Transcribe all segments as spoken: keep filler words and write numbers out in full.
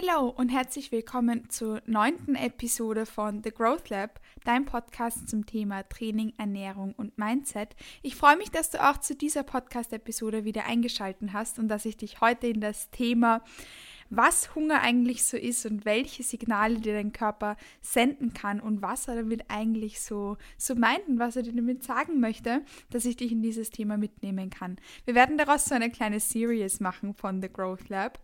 Hallo und herzlich willkommen zur neunten Episode von The Growth Lab, dein Podcast zum Thema Training, Ernährung und Mindset. Ich freue mich, dass du auch zu dieser Podcast-Episode wieder eingeschaltet hast und dass ich dich heute in das Thema, was Hunger eigentlich so ist und welche Signale dir dein Körper senden kann und was er damit eigentlich so, so meint und was er dir damit sagen möchte, dass ich dich in dieses Thema mitnehmen kann. Wir werden daraus so eine kleine Series machen von The Growth Lab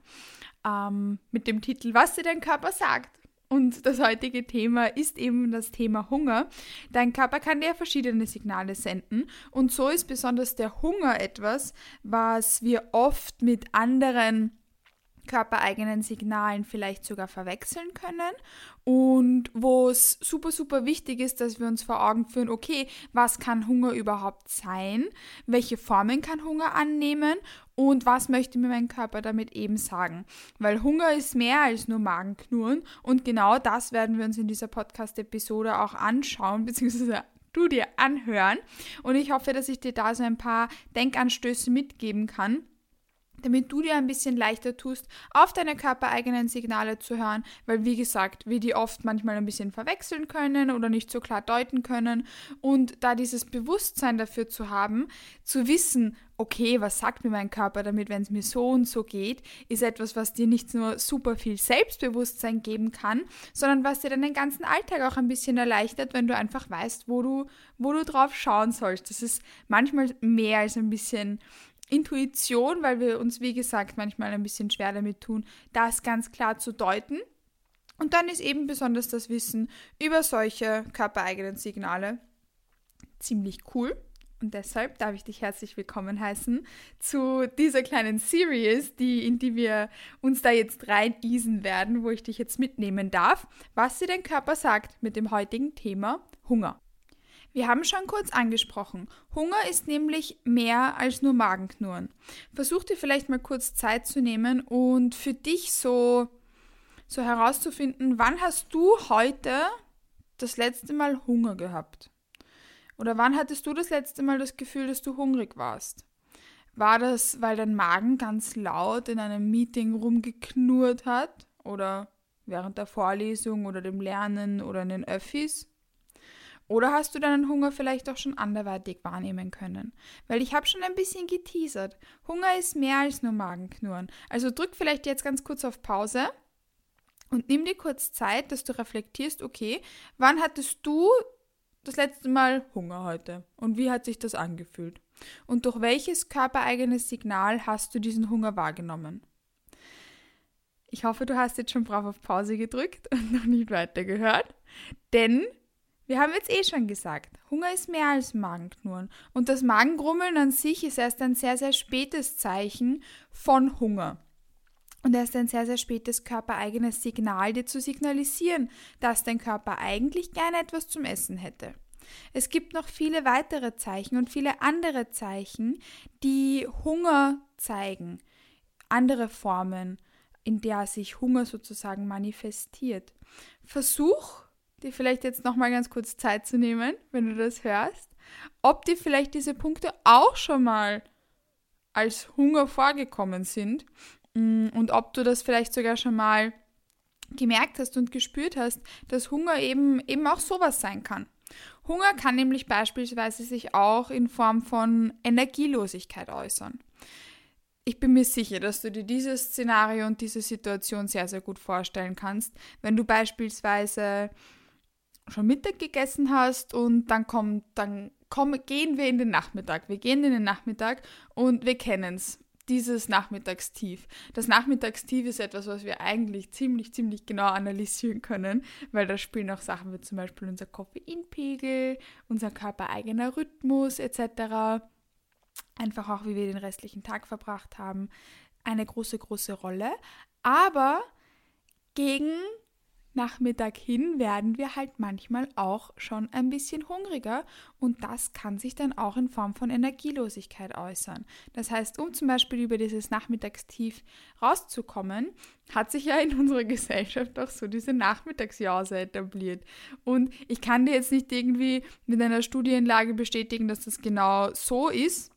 ähm, mit dem Titel, was dir dein Körper sagt. Und das heutige Thema ist eben das Thema Hunger. Dein Körper kann dir verschiedene Signale senden und so ist besonders der Hunger etwas, was wir oft mit anderen körpereigenen Signalen vielleicht sogar verwechseln können und wo es super, super wichtig ist, dass wir uns vor Augen führen, okay, was kann Hunger überhaupt sein, welche Formen kann Hunger annehmen und was möchte mir mein Körper damit eben sagen, weil Hunger ist mehr als nur Magenknurren und genau das werden wir uns in dieser Podcast-Episode auch anschauen, beziehungsweise du dir anhören und ich hoffe, dass ich dir da so ein paar Denkanstöße mitgeben kann, damit du dir ein bisschen leichter tust, auf deine körpereigenen Signale zu hören, weil wie gesagt, wir die oft manchmal ein bisschen verwechseln können oder nicht so klar deuten können und da dieses Bewusstsein dafür zu haben, zu wissen, okay, was sagt mir mein Körper damit, wenn es mir so und so geht, ist etwas, was dir nicht nur super viel Selbstbewusstsein geben kann, sondern was dir dann den ganzen Alltag auch ein bisschen erleichtert, wenn du einfach weißt, wo du, wo du drauf schauen sollst. Das ist manchmal mehr als ein bisschen Intuition, weil wir uns, wie gesagt, manchmal ein bisschen schwer damit tun, das ganz klar zu deuten. Und dann ist eben besonders das Wissen über solche körpereigenen Signale ziemlich cool. Und deshalb darf ich dich herzlich willkommen heißen zu dieser kleinen Series, die, in die wir uns da jetzt rein easen werden, wo ich dich jetzt mitnehmen darf, was dir dein Körper sagt mit dem heutigen Thema Hunger. Wir haben schon kurz angesprochen, Hunger ist nämlich mehr als nur Magenknurren. Versuch dir vielleicht mal kurz Zeit zu nehmen und für dich so, so herauszufinden, wann hast du heute das letzte Mal Hunger gehabt? Oder wann hattest du das letzte Mal das Gefühl, dass du hungrig warst? War das, weil dein Magen ganz laut in einem Meeting rumgeknurrt hat? Oder während der Vorlesung oder dem Lernen oder in den Öffis? Oder hast du deinen Hunger vielleicht auch schon anderweitig wahrnehmen können? Weil ich habe schon ein bisschen geteasert. Hunger ist mehr als nur Magenknurren. Also drück vielleicht jetzt ganz kurz auf Pause und nimm dir kurz Zeit, dass du reflektierst, okay, wann hattest du das letzte Mal Hunger heute? Und wie hat sich das angefühlt? Und durch welches körpereigenes Signal hast du diesen Hunger wahrgenommen? Ich hoffe, du hast jetzt schon brav auf Pause gedrückt und noch nicht weitergehört, denn wir haben jetzt eh schon gesagt, Hunger ist mehr als Magenknurren und das Magengrummeln an sich ist erst ein sehr, sehr spätes Zeichen von Hunger. Und erst ein sehr, sehr spätes körpereigenes Signal, dir zu signalisieren, dass dein Körper eigentlich gerne etwas zum Essen hätte. Es gibt noch viele weitere Zeichen und viele andere Zeichen, die Hunger zeigen, andere Formen, in der sich Hunger sozusagen manifestiert. Versuch, dir vielleicht jetzt nochmal ganz kurz Zeit zu nehmen, wenn du das hörst, ob dir vielleicht diese Punkte auch schon mal als Hunger vorgekommen sind und ob du das vielleicht sogar schon mal gemerkt hast und gespürt hast, dass Hunger eben, eben auch sowas sein kann. Hunger kann nämlich beispielsweise sich auch in Form von Energielosigkeit äußern. Ich bin mir sicher, dass du dir dieses Szenario und diese Situation sehr, sehr gut vorstellen kannst, wenn du beispielsweise schon Mittag gegessen hast und dann kommt, dann komm, gehen wir in den Nachmittag. Wir gehen in den Nachmittag und wir kennen es, dieses Nachmittagstief. Das Nachmittagstief ist etwas, was wir eigentlich ziemlich, ziemlich genau analysieren können, weil da spielen auch Sachen wie zum Beispiel unser Koffeinpegel, unser körpereigener Rhythmus et cetera, einfach auch, wie wir den restlichen Tag verbracht haben, eine große, große Rolle. Aber gegen Nachmittag hin werden wir halt manchmal auch schon ein bisschen hungriger und das kann sich dann auch in Form von Energielosigkeit äußern. Das heißt, um zum Beispiel über dieses Nachmittagstief rauszukommen, hat sich ja in unserer Gesellschaft auch so diese Nachmittagsjause etabliert. Und ich kann dir jetzt nicht irgendwie mit einer Studienlage bestätigen, dass das genau so ist,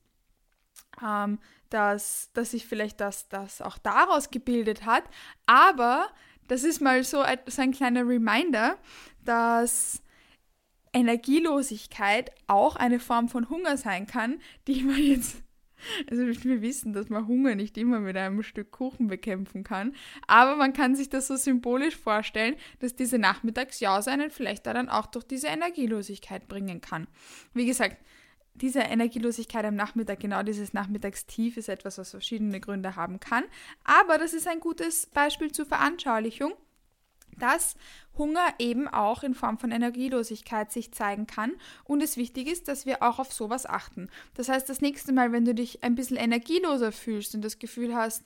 ähm, dass, dass sich vielleicht das, das auch daraus gebildet hat, aber das ist mal so ein, so ein kleiner Reminder, dass Energielosigkeit auch eine Form von Hunger sein kann, die man jetzt, also wir wissen, dass man Hunger nicht immer mit einem Stück Kuchen bekämpfen kann, aber man kann sich das so symbolisch vorstellen, dass diese Nachmittagsjause einen vielleicht dann auch durch diese Energielosigkeit bringen kann. Wie gesagt, diese Energielosigkeit am Nachmittag, genau dieses Nachmittagstief, ist etwas, was verschiedene Gründe haben kann, aber das ist ein gutes Beispiel zur Veranschaulichung, dass Hunger eben auch in Form von Energielosigkeit sich zeigen kann und es wichtig ist, dass wir auch auf sowas achten. Das heißt, das nächste Mal, wenn du dich ein bisschen energieloser fühlst und das Gefühl hast,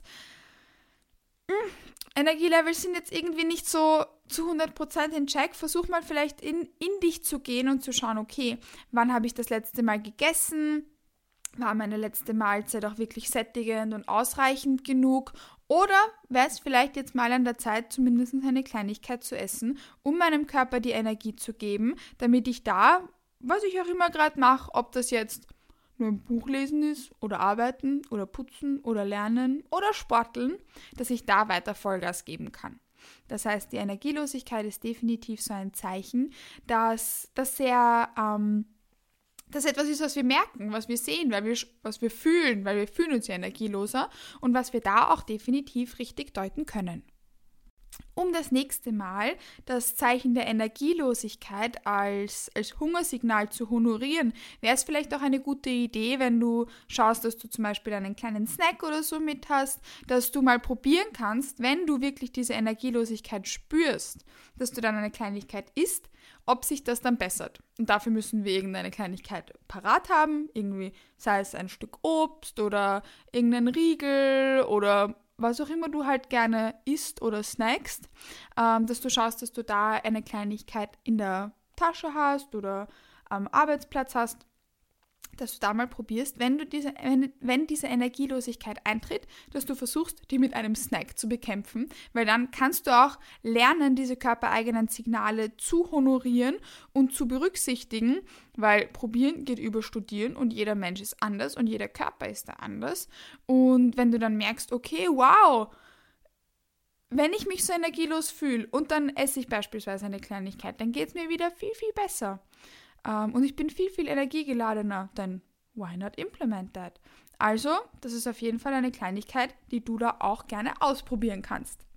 Energielevels sind jetzt irgendwie nicht so zu hundert Prozent in Check, versuch mal vielleicht in, in dich zu gehen und zu schauen, okay, wann habe ich das letzte Mal gegessen? War meine letzte Mahlzeit auch wirklich sättigend und ausreichend genug? Oder wäre es vielleicht jetzt mal an der Zeit, zumindest eine Kleinigkeit zu essen, um meinem Körper die Energie zu geben, damit ich da, was ich auch immer gerade mache, ob das jetzt nur ein Buch lesen ist oder arbeiten oder putzen oder lernen oder sporteln, dass ich da weiter Vollgas geben kann. Das heißt, die Energielosigkeit ist definitiv so ein Zeichen, dass das sehr... Ähm, das etwas ist, was wir merken, was wir sehen, weil wir, was wir fühlen, weil wir fühlen uns ja energieloser und was wir da auch definitiv richtig deuten können. Um das nächste Mal das Zeichen der Energielosigkeit als, als Hungersignal zu honorieren, wäre es vielleicht auch eine gute Idee, wenn du schaust, dass du zum Beispiel einen kleinen Snack oder so mit hast, dass du mal probieren kannst, wenn du wirklich diese Energielosigkeit spürst, dass du dann eine Kleinigkeit isst, ob sich das dann bessert. Und dafür müssen wir irgendeine Kleinigkeit parat haben, irgendwie, sei es ein Stück Obst oder irgendein Riegel oder was auch immer du halt gerne isst oder snackst, ähm, dass du schaust, dass du da eine Kleinigkeit in der Tasche hast oder am Arbeitsplatz hast, dass du da mal probierst, wenn, du diese, wenn, wenn diese Energielosigkeit eintritt, dass du versuchst, die mit einem Snack zu bekämpfen, weil dann kannst du auch lernen, diese körpereigenen Signale zu honorieren und zu berücksichtigen, weil probieren geht über studieren und jeder Mensch ist anders und jeder Körper ist da anders. Und wenn du dann merkst, okay, wow, wenn ich mich so energielos fühle und dann esse ich beispielsweise eine Kleinigkeit, dann geht es mir wieder viel, viel besser. Um, und ich bin viel, viel energiegeladener, dann why not implement that? Also, das ist auf jeden Fall eine Kleinigkeit, die du da auch gerne ausprobieren kannst.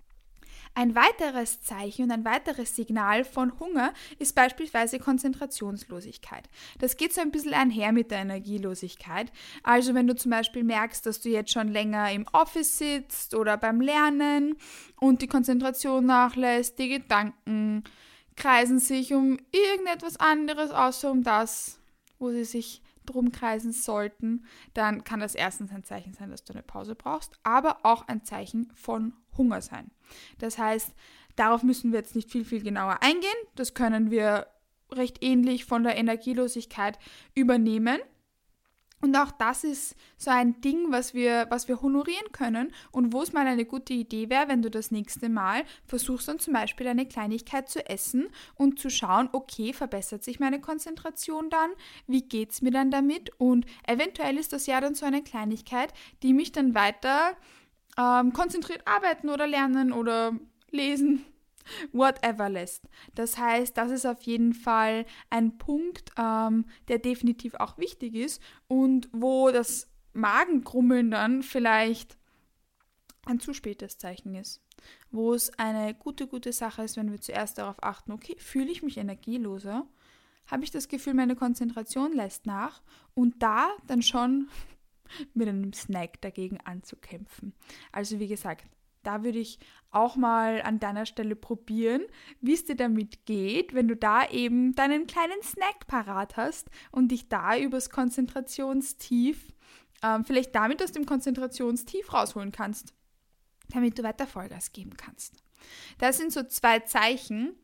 Ein weiteres Zeichen und ein weiteres Signal von Hunger ist beispielsweise Konzentrationslosigkeit. Das geht so ein bisschen einher mit der Energielosigkeit. Also wenn du zum Beispiel merkst, dass du jetzt schon länger im Office sitzt oder beim Lernen und die Konzentration nachlässt, die Gedanken kreisen sich um irgendetwas anderes, außer um das, wo sie sich drum kreisen sollten, dann kann das erstens ein Zeichen sein, dass du eine Pause brauchst, aber auch ein Zeichen von Hunger sein. Das heißt, darauf müssen wir jetzt nicht viel, viel genauer eingehen. Das können wir recht ähnlich von der Energielosigkeit übernehmen. Und auch das ist so ein Ding, was wir, was wir honorieren können und wo es mal eine gute Idee wäre, wenn du das nächste Mal versuchst, dann zum Beispiel eine Kleinigkeit zu essen und zu schauen, okay, verbessert sich meine Konzentration dann? Wie geht es mir dann damit? Und eventuell ist das ja dann so eine Kleinigkeit, die mich dann weiter ähm, konzentriert arbeiten oder lernen oder lesen, whatever lässt. Das heißt, das ist auf jeden Fall ein Punkt, ähm, der definitiv auch wichtig ist und wo das Magengrummeln dann vielleicht ein zu spätes Zeichen ist. Wo es eine gute, gute Sache ist, wenn wir zuerst darauf achten, okay, fühle ich mich energieloser? Habe ich das Gefühl, meine Konzentration lässt nach? Und da dann schon mit einem Snack dagegen anzukämpfen. Also wie gesagt, da würde ich auch mal an deiner Stelle probieren, wie es dir damit geht, wenn du da eben deinen kleinen Snack parat hast und dich da übers Konzentrationstief, ähm, vielleicht damit aus dem Konzentrationstief rausholen kannst, damit du weiter Vollgas geben kannst. Das sind so zwei Zeichen,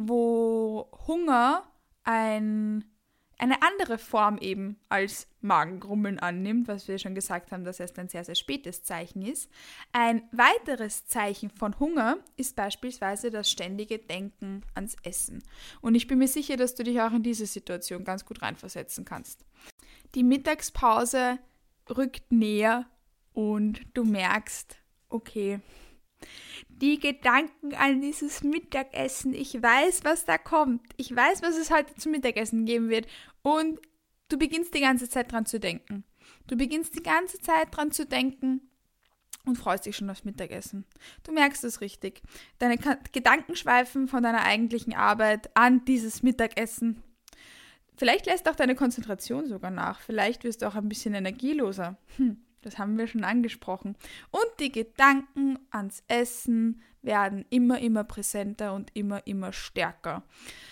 wo Hunger ein eine andere Form eben als Magengrummeln annimmt, was wir schon gesagt haben, dass es ein sehr, sehr spätes Zeichen ist. Ein weiteres Zeichen von Hunger ist beispielsweise das ständige Denken ans Essen. Und ich bin mir sicher, dass du dich auch in diese Situation ganz gut reinversetzen kannst. Die Mittagspause rückt näher und du merkst, okay, Die Gedanken an dieses Mittagessen, ich weiß, was da kommt. Ich weiß, was es heute zum Mittagessen geben wird. Und du beginnst die ganze Zeit dran zu denken. Du beginnst die ganze Zeit dran zu denken und freust dich schon aufs Mittagessen. Du merkst es richtig. Deine Gedanken schweifen von deiner eigentlichen Arbeit an dieses Mittagessen. Vielleicht lässt auch deine Konzentration sogar nach. Vielleicht wirst du auch ein bisschen energieloser. Hm, das haben wir schon angesprochen. Und die Gedanken ans Essen werden immer, immer präsenter und immer, immer stärker.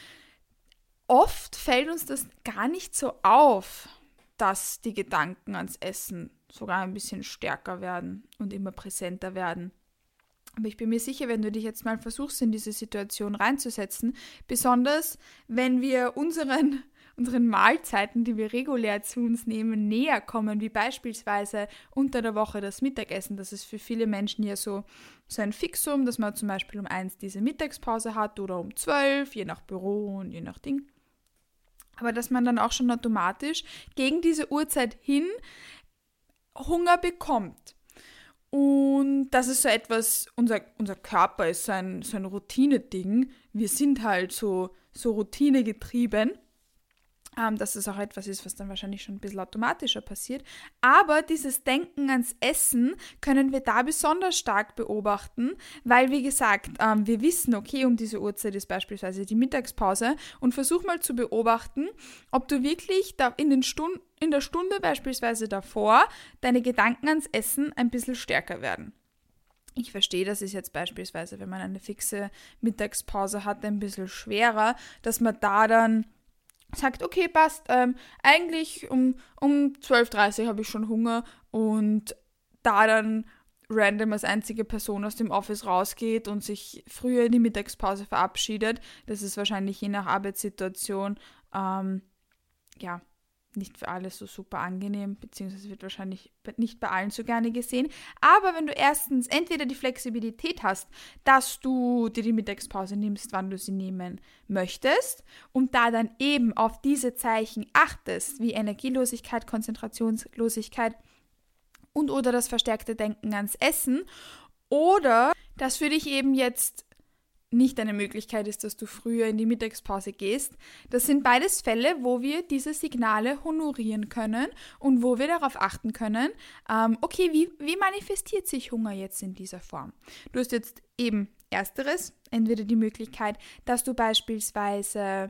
Oft fällt uns das gar nicht so auf, dass die Gedanken ans Essen sogar ein bisschen stärker werden und immer präsenter werden. Aber ich bin mir sicher, wenn du dich jetzt mal versuchst, in diese Situation reinzusetzen, besonders wenn wir unseren, unseren Mahlzeiten, die wir regulär zu uns nehmen, näher kommen, wie beispielsweise unter der Woche das Mittagessen. Das ist für viele Menschen ja so, so ein Fixum, dass man zum Beispiel um eins diese Mittagspause hat oder um zwölf, je nach Büro und je nach Ding. Aber dass man dann auch schon automatisch gegen diese Uhrzeit hin Hunger bekommt. Und das ist so etwas, unser, unser Körper ist so ein, so ein Routine-Ding. Wir sind halt so, so routinegetrieben. Ähm, dass es auch etwas ist, was dann wahrscheinlich schon ein bisschen automatischer passiert. Aber dieses Denken ans Essen können wir da besonders stark beobachten, weil, wie gesagt, ähm, wir wissen, okay, um diese Uhrzeit ist beispielsweise die Mittagspause und versuch mal zu beobachten, ob du wirklich da in, den Stund- in der Stunde beispielsweise davor deine Gedanken ans Essen ein bisschen stärker werden. Ich verstehe, das ist jetzt beispielsweise, wenn man eine fixe Mittagspause hat, ein bisschen schwerer, dass man da dann sagt, okay, passt, ähm, eigentlich um, um zwölf Uhr dreißig habe ich schon Hunger und da dann random als einzige Person aus dem Office rausgeht und sich früher in die Mittagspause verabschiedet, das ist wahrscheinlich je nach Arbeitssituation, ähm, ja, nicht für alle so super angenehm, beziehungsweise wird wahrscheinlich nicht bei allen so gerne gesehen. Aber wenn du erstens entweder die Flexibilität hast, dass du dir die Mittagspause nimmst, wann du sie nehmen möchtest und da dann eben auf diese Zeichen achtest, wie Energielosigkeit, Konzentrationslosigkeit und oder das verstärkte Denken ans Essen, oder dass für dich eben jetzt nicht eine Möglichkeit ist, dass du früher in die Mittagspause gehst. Das sind beides Fälle, wo wir diese Signale honorieren können und wo wir darauf achten können, ähm, okay, wie, wie manifestiert sich Hunger jetzt in dieser Form? Du hast jetzt eben ersteres, entweder die Möglichkeit, dass du beispielsweise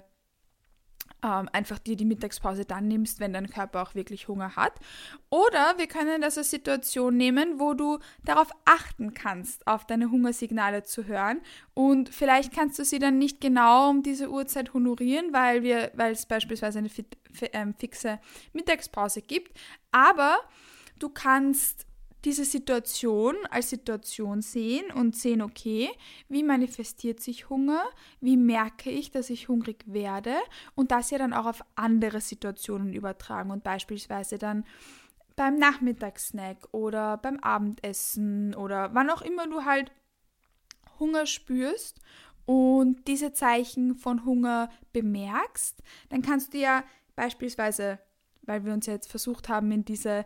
ähm, einfach dir die Mittagspause dann nimmst, wenn dein Körper auch wirklich Hunger hat. Oder wir können das als Situation nehmen, wo du darauf achten kannst, auf deine Hungersignale zu hören. Und vielleicht kannst du sie dann nicht genau um diese Uhrzeit honorieren, weil wir, weil es beispielsweise eine fit, fi, ähm, fixe Mittagspause gibt. Aber du kannst diese Situation als Situation sehen und sehen, okay, wie manifestiert sich Hunger, wie merke ich, dass ich hungrig werde und das ja dann auch auf andere Situationen übertragen und beispielsweise dann beim Nachmittagssnack oder beim Abendessen oder wann auch immer du halt Hunger spürst und diese Zeichen von Hunger bemerkst, dann kannst du ja beispielsweise, weil wir uns ja jetzt versucht haben, in diese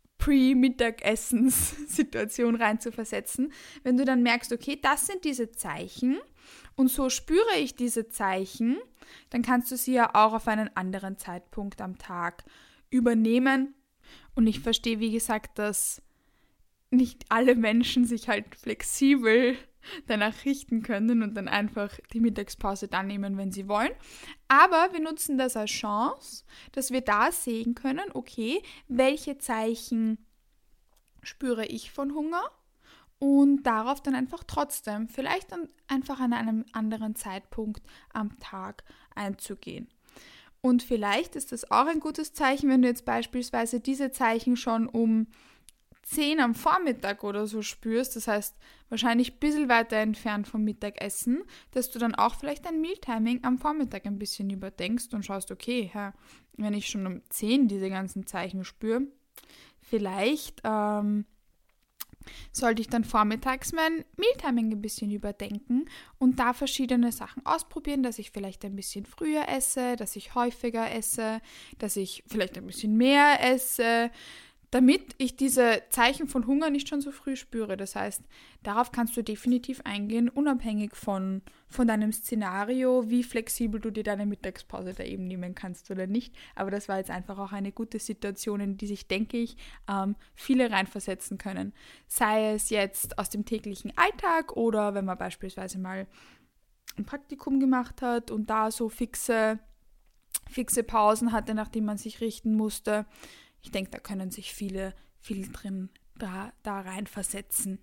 Pre-Mittagessens-Situation reinzuversetzen, wenn du dann merkst, okay, das sind diese Zeichen und so spüre ich diese Zeichen, dann kannst du sie ja auch auf einen anderen Zeitpunkt am Tag übernehmen. Und ich verstehe, wie gesagt, dass nicht alle Menschen sich halt flexibel danach richten können und dann einfach die Mittagspause dann nehmen, wenn sie wollen. Aber wir nutzen das als Chance, dass wir da sehen können, okay, welche Zeichen spüre ich von Hunger und darauf dann einfach trotzdem, vielleicht dann einfach an einem anderen Zeitpunkt am Tag einzugehen. Und vielleicht ist das auch ein gutes Zeichen, wenn du jetzt beispielsweise diese Zeichen schon um zehn am Vormittag oder so spürst, das heißt wahrscheinlich ein bisschen weiter entfernt vom Mittagessen, dass du dann auch vielleicht dein Mealtiming am Vormittag ein bisschen überdenkst und schaust, okay, ja, wenn ich schon um zehn diese ganzen Zeichen spüre, vielleicht ähm, sollte ich dann vormittags mein Mealtiming ein bisschen überdenken und da verschiedene Sachen ausprobieren, dass ich vielleicht ein bisschen früher esse, dass ich häufiger esse, dass ich vielleicht ein bisschen mehr esse, damit ich diese Zeichen von Hunger nicht schon so früh spüre. Das heißt, darauf kannst du definitiv eingehen, unabhängig von, von deinem Szenario, wie flexibel du dir deine Mittagspause da eben nehmen kannst oder nicht. Aber das war jetzt einfach auch eine gute Situation, in die sich, denke ich, ähm, viele reinversetzen können. Sei es jetzt aus dem täglichen Alltag oder wenn man beispielsweise mal ein Praktikum gemacht hat und da so fixe, fixe Pausen hatte, nachdem man sich richten musste. Ich denke, da können sich viele, viele drin da, da reinversetzen.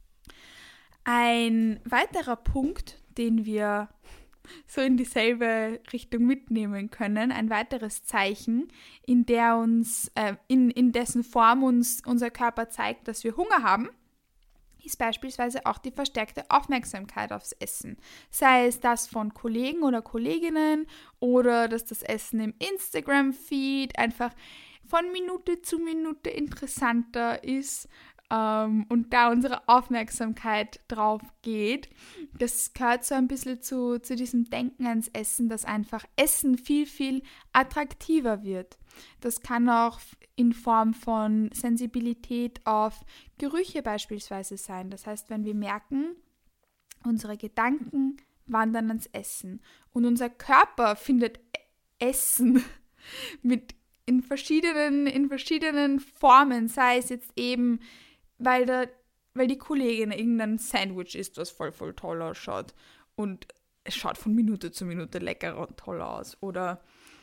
Ein weiterer Punkt, den wir so in dieselbe Richtung mitnehmen können, ein weiteres Zeichen, in der uns, äh, in, in dessen Form uns unser Körper zeigt, dass wir Hunger haben, ist beispielsweise auch die verstärkte Aufmerksamkeit aufs Essen. Sei es das von Kollegen oder Kolleginnen oder dass das Essen im Instagram-Feed einfach von Minute zu Minute interessanter ist ähm, und da unsere Aufmerksamkeit drauf geht. Das gehört so ein bisschen zu, zu diesem Denken ans Essen, dass einfach Essen viel, viel attraktiver wird. Das kann auch in Form von Sensibilität auf Gerüche beispielsweise sein. Das heißt, wenn wir merken, unsere Gedanken wandern ans Essen und unser Körper findet Essen mit in verschiedenen, in verschiedenen Formen, sei es jetzt eben, weil, der, weil die Kollegin irgendein Sandwich isst, was voll, voll toll ausschaut und es schaut von Minute zu Minute leckerer und toller aus. Oder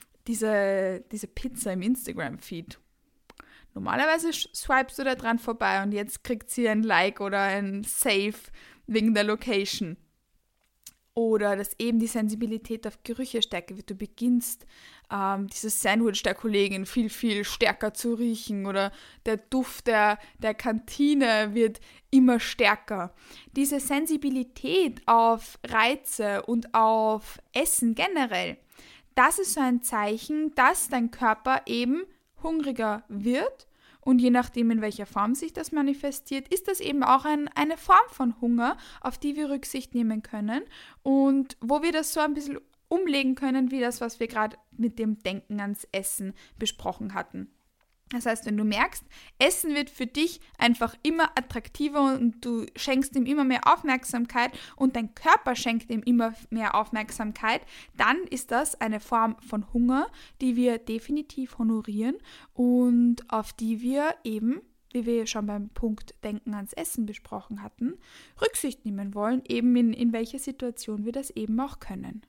diese, diese Pizza im Instagram-Feed. Normalerweise swipest du da dran vorbei und jetzt kriegt sie ein Like oder ein Save wegen der Location. Oder dass eben die Sensibilität auf Gerüche stärker wird. Du beginnst, ähm, dieses Sandwich der Kollegin viel, viel stärker zu riechen oder der Duft der, der Kantine wird immer stärker. Diese Sensibilität auf Reize und auf Essen generell, das ist so ein Zeichen, dass dein Körper eben hungriger wird. Und je nachdem, in welcher Form sich das manifestiert, ist das eben auch ein, eine Form von Hunger, auf die wir Rücksicht nehmen können und wo wir das so ein bisschen umlegen können, wie das, was wir gerade mit dem Denken ans Essen besprochen hatten. Das heißt, wenn du merkst, Essen wird für dich einfach immer attraktiver und du schenkst ihm immer mehr Aufmerksamkeit und dein Körper schenkt ihm immer mehr Aufmerksamkeit, dann ist das eine Form von Hunger, die wir definitiv honorieren und auf die wir eben, wie wir schon beim Punkt Denken ans Essen besprochen hatten, Rücksicht nehmen wollen, eben in, in welcher Situation wir das eben auch können.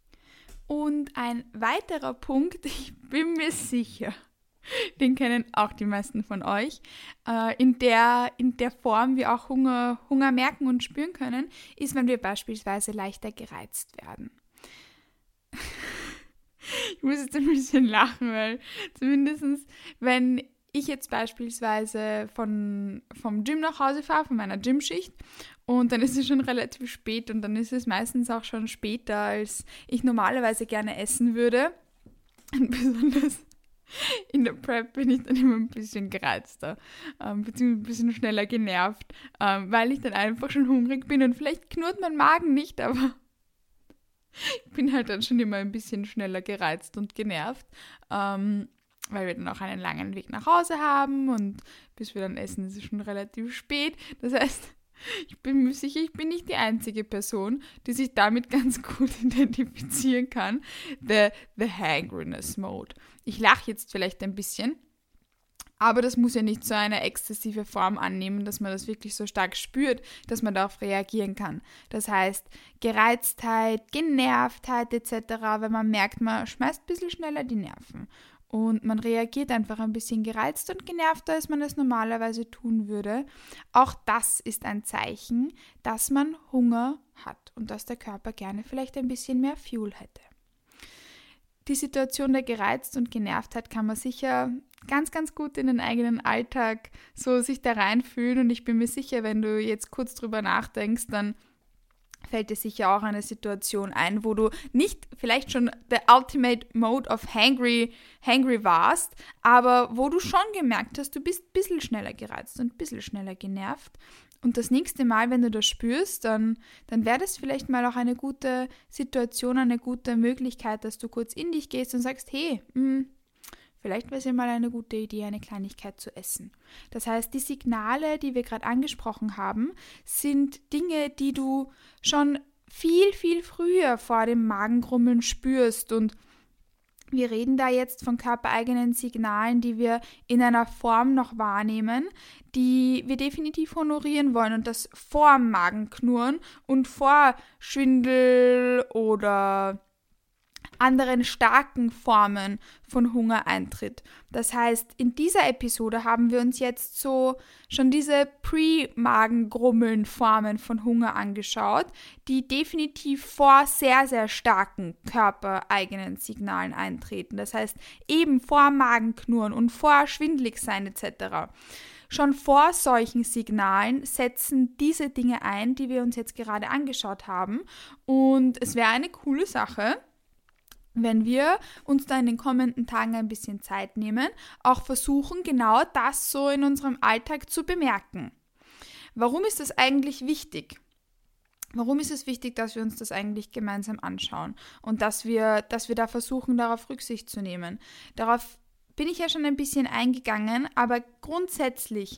Und ein weiterer Punkt, ich bin mir sicher, den kennen auch die meisten von euch, äh, in, der, in der Form wir auch Hunger, Hunger merken und spüren können, ist, wenn wir beispielsweise leichter gereizt werden. Ich muss jetzt ein bisschen lachen, weil zumindest wenn ich jetzt beispielsweise von, vom Gym nach Hause fahre, von meiner Gymschicht, und dann ist es schon relativ spät und dann ist es meistens auch schon später, als ich normalerweise gerne essen würde. Und besonders in der Prep bin ich dann immer ein bisschen gereizter, ähm, beziehungsweise ein bisschen schneller genervt, ähm, weil ich dann einfach schon hungrig bin und vielleicht knurrt mein Magen nicht, aber ich bin halt dann schon immer ein bisschen schneller gereizt und genervt, ähm, weil wir dann auch einen langen Weg nach Hause haben und bis wir dann essen, ist es schon relativ spät. Das heißt, ich bin mir sicher, ich bin nicht die einzige Person, die sich damit ganz gut identifizieren kann. The, the Hangriness Mode. Ich lache jetzt vielleicht ein bisschen, aber das muss ja nicht so eine exzessive Form annehmen, dass man das wirklich so stark spürt, dass man darauf reagieren kann. Das heißt, Gereiztheit, Genervtheit et cetera, wenn man merkt, man schmeißt ein bisschen schneller die Nerven. Und man reagiert einfach ein bisschen gereizt und genervter, als man es normalerweise tun würde. Auch das ist ein Zeichen, dass man Hunger hat und dass der Körper gerne vielleicht ein bisschen mehr Fuel hätte. Die Situation der Gereizt und Genervtheit kann man sicher ganz, ganz gut in den eigenen Alltag so sich da reinfühlen. Und ich bin mir sicher, wenn du jetzt kurz drüber nachdenkst, dann fällt dir sicher auch eine Situation ein, wo du nicht vielleicht schon the ultimate mode of hangry, hangry warst, aber wo du schon gemerkt hast, du bist ein bisschen schneller gereizt und ein bisschen schneller genervt. Und das nächste Mal, wenn du das spürst, dann, dann wäre das vielleicht mal auch eine gute Situation, eine gute Möglichkeit, dass du kurz in dich gehst und sagst, hey, mh, vielleicht wäre es ja mal eine gute Idee, eine Kleinigkeit zu essen. Das heißt, die Signale, die wir gerade angesprochen haben, sind Dinge, die du schon viel, viel früher vor dem Magengrummeln spürst. Und wir reden da jetzt von körpereigenen Signalen, die wir in einer Form noch wahrnehmen, die wir definitiv honorieren wollen und das vor Magenknurren und vor Schwindel oder anderen starken Formen von Hunger eintritt. Das heißt, in dieser Episode haben wir uns jetzt so schon diese Pre-Magengrummeln-Formen von Hunger angeschaut, die definitiv vor sehr, sehr starken körpereigenen Signalen eintreten. Das heißt, eben vor Magenknurren und vor Schwindeligsein et cetera. Schon vor solchen Signalen setzen diese Dinge ein, die wir uns jetzt gerade angeschaut haben. Und es wäre eine coole Sache, wenn wir uns da in den kommenden Tagen ein bisschen Zeit nehmen, auch versuchen, genau das so in unserem Alltag zu bemerken. Warum ist das eigentlich wichtig? Warum ist es wichtig, dass wir uns das eigentlich gemeinsam anschauen und dass wir, dass wir da versuchen, darauf Rücksicht zu nehmen? Darauf bin ich ja schon ein bisschen eingegangen, aber grundsätzlich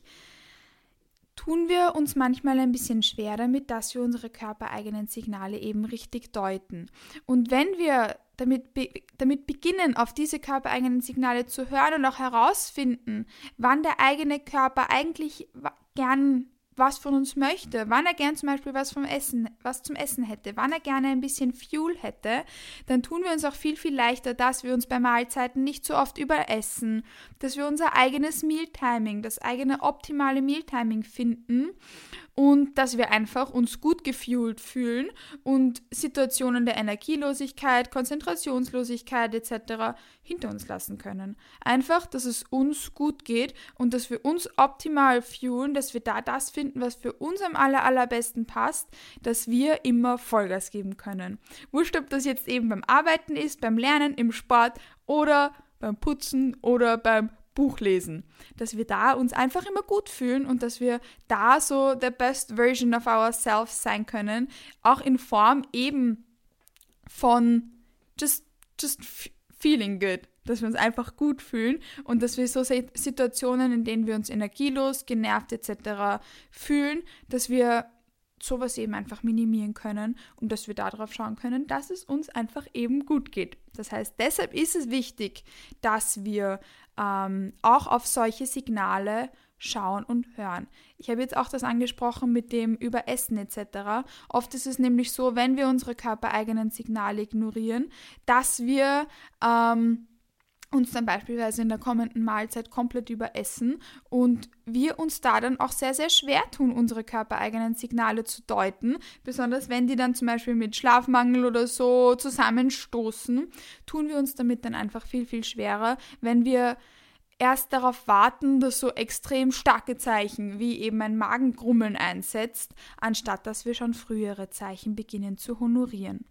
tun wir uns manchmal ein bisschen schwer damit, dass wir unsere körpereigenen Signale eben richtig deuten. Und wenn wir damit, be- damit beginnen, auf diese körpereigenen Signale zu hören und auch herausfinden, wann der eigene Körper eigentlich gern was von uns möchte, wann er gern zum Beispiel was vom Essen, was zum Essen hätte, wann er gerne ein bisschen Fuel hätte, dann tun wir uns auch viel, viel leichter, dass wir uns bei Mahlzeiten nicht so oft überessen, dass wir unser eigenes Mealtiming, das eigene optimale Mealtiming finden und dass wir einfach uns gut gefuelt fühlen und Situationen der Energielosigkeit, Konzentrationslosigkeit et cetera hinter uns lassen können. Einfach, dass es uns gut geht und dass wir uns optimal fuelen, dass wir da das finden, was für uns am aller, allerbesten passt, dass wir immer Vollgas geben können. Wurscht, ob das jetzt eben beim Arbeiten ist, beim Lernen, im Sport oder beim Putzen oder beim Buchlesen, dass wir da uns einfach immer gut fühlen und dass wir da so the best version of ourselves sein können, auch in Form eben von just, just feeling good, dass wir uns einfach gut fühlen und dass wir so Situationen, in denen wir uns energielos, genervt et cetera fühlen, dass wir sowas eben einfach minimieren können und dass wir darauf schauen können, dass es uns einfach eben gut geht. Das heißt, deshalb ist es wichtig, dass wir ähm, auch auf solche Signale schauen und hören. Ich habe jetzt auch das angesprochen mit dem Überessen et cetera. Oft ist es nämlich so, wenn wir unsere körpereigenen Signale ignorieren, dass wir ähm, uns dann beispielsweise in der kommenden Mahlzeit komplett überessen und wir uns da dann auch sehr, sehr schwer tun, unsere körpereigenen Signale zu deuten, besonders wenn die dann zum Beispiel mit Schlafmangel oder so zusammenstoßen, tun wir uns damit dann einfach viel, viel schwerer, wenn wir erst darauf warten, dass so extrem starke Zeichen wie eben ein Magengrummeln einsetzt, anstatt dass wir schon frühere Zeichen beginnen zu honorieren.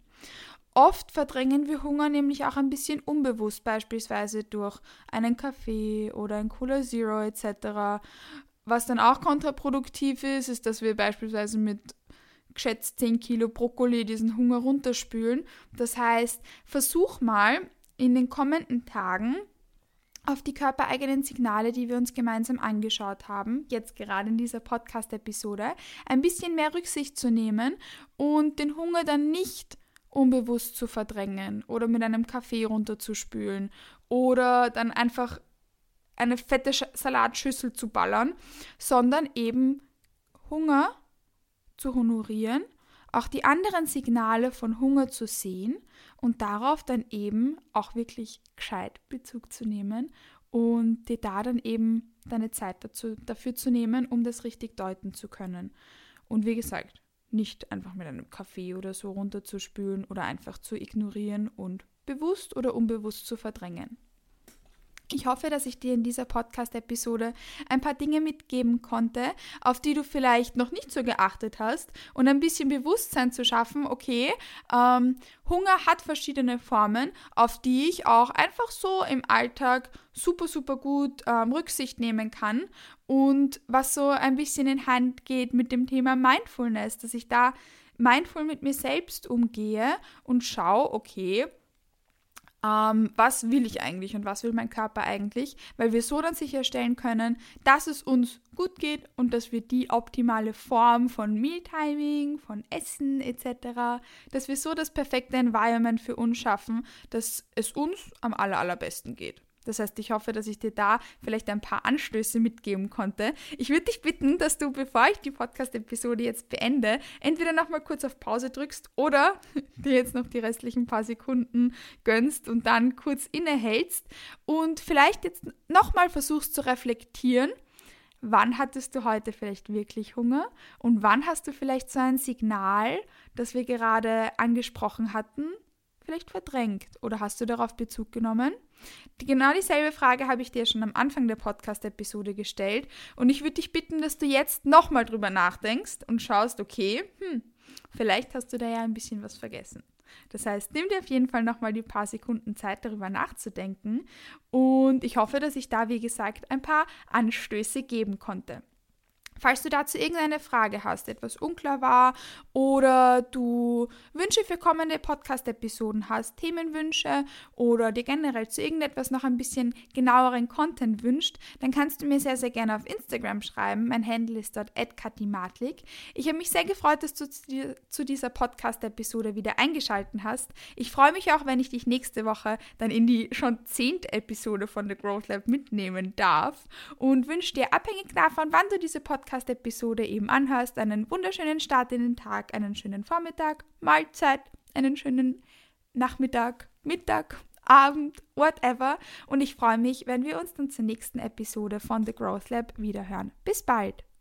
Oft verdrängen wir Hunger nämlich auch ein bisschen unbewusst, beispielsweise durch einen Kaffee oder ein Cola Zero et cetera. Was dann auch kontraproduktiv ist, ist, dass wir beispielsweise mit geschätzt zehn Kilo Brokkoli diesen Hunger runterspülen. Das heißt, versuch mal in den kommenden Tagen auf die körpereigenen Signale, die wir uns gemeinsam angeschaut haben, jetzt gerade in dieser Podcast-Episode, ein bisschen mehr Rücksicht zu nehmen und den Hunger dann nicht unbewusst zu verdrängen oder mit einem Kaffee runterzuspülen oder dann einfach eine fette Salatschüssel zu ballern, sondern eben Hunger zu honorieren, auch die anderen Signale von Hunger zu sehen und darauf dann eben auch wirklich gescheit Bezug zu nehmen und dir da dann eben deine Zeit dazu, dafür zu nehmen, um das richtig deuten zu können. Und wie gesagt, nicht einfach mit einem Kaffee oder so runterzuspülen oder einfach zu ignorieren und bewusst oder unbewusst zu verdrängen. Ich hoffe, dass ich dir in dieser Podcast-Episode ein paar Dinge mitgeben konnte, auf die du vielleicht noch nicht so geachtet hast und ein bisschen Bewusstsein zu schaffen, okay, ähm, Hunger hat verschiedene Formen, auf die ich auch einfach so im Alltag super, super gut ähm, Rücksicht nehmen kann und was so ein bisschen in Hand geht mit dem Thema Mindfulness, dass ich da mindful mit mir selbst umgehe und schaue, okay, ähm, was will ich eigentlich und was will mein Körper eigentlich, weil wir so dann sicherstellen können, dass es uns gut geht und dass wir die optimale Form von Mealtiming, von Essen et cetera, dass wir so das perfekte Environment für uns schaffen, dass es uns am aller, allerbesten geht. Das heißt, ich hoffe, dass ich dir da vielleicht ein paar Anstöße mitgeben konnte. Ich würde dich bitten, dass du, bevor ich die Podcast-Episode jetzt beende, entweder nochmal kurz auf Pause drückst oder dir jetzt noch die restlichen paar Sekunden gönnst und dann kurz innehältst und vielleicht jetzt nochmal versuchst zu reflektieren, wann hattest du heute vielleicht wirklich Hunger und wann hast du vielleicht so ein Signal, das wir gerade angesprochen hatten, vielleicht verdrängt oder hast du darauf Bezug genommen? Die, genau dieselbe Frage habe ich dir schon am Anfang der Podcast-Episode gestellt und ich würde dich bitten, dass du jetzt nochmal drüber nachdenkst und schaust, okay, hm, vielleicht hast du da ja ein bisschen was vergessen. Das heißt, nimm dir auf jeden Fall nochmal die paar Sekunden Zeit, darüber nachzudenken und ich hoffe, dass ich da, wie gesagt, ein paar Anstöße geben konnte. Falls du dazu irgendeine Frage hast, etwas unklar war oder du Wünsche für kommende Podcast-Episoden hast, Themenwünsche oder dir generell zu irgendetwas noch ein bisschen genaueren Content wünscht, dann kannst du mir sehr, sehr gerne auf Instagram schreiben. Mein Handle ist dort at katimatlik. Ich habe mich sehr gefreut, dass du zu dieser Podcast-Episode wieder eingeschaltet hast. Ich freue mich auch, wenn ich dich nächste Woche dann in die schon zehnte Episode von The Growth Lab mitnehmen darf und wünsche dir abhängig davon, wann du diese Podcast Podcast-Episode eben anhörst, einen wunderschönen Start in den Tag, einen schönen Vormittag, Mahlzeit, einen schönen Nachmittag, Mittag, Abend, whatever. Und ich freue mich, wenn wir uns dann zur nächsten Episode von The Growth Lab wiederhören. Bis bald!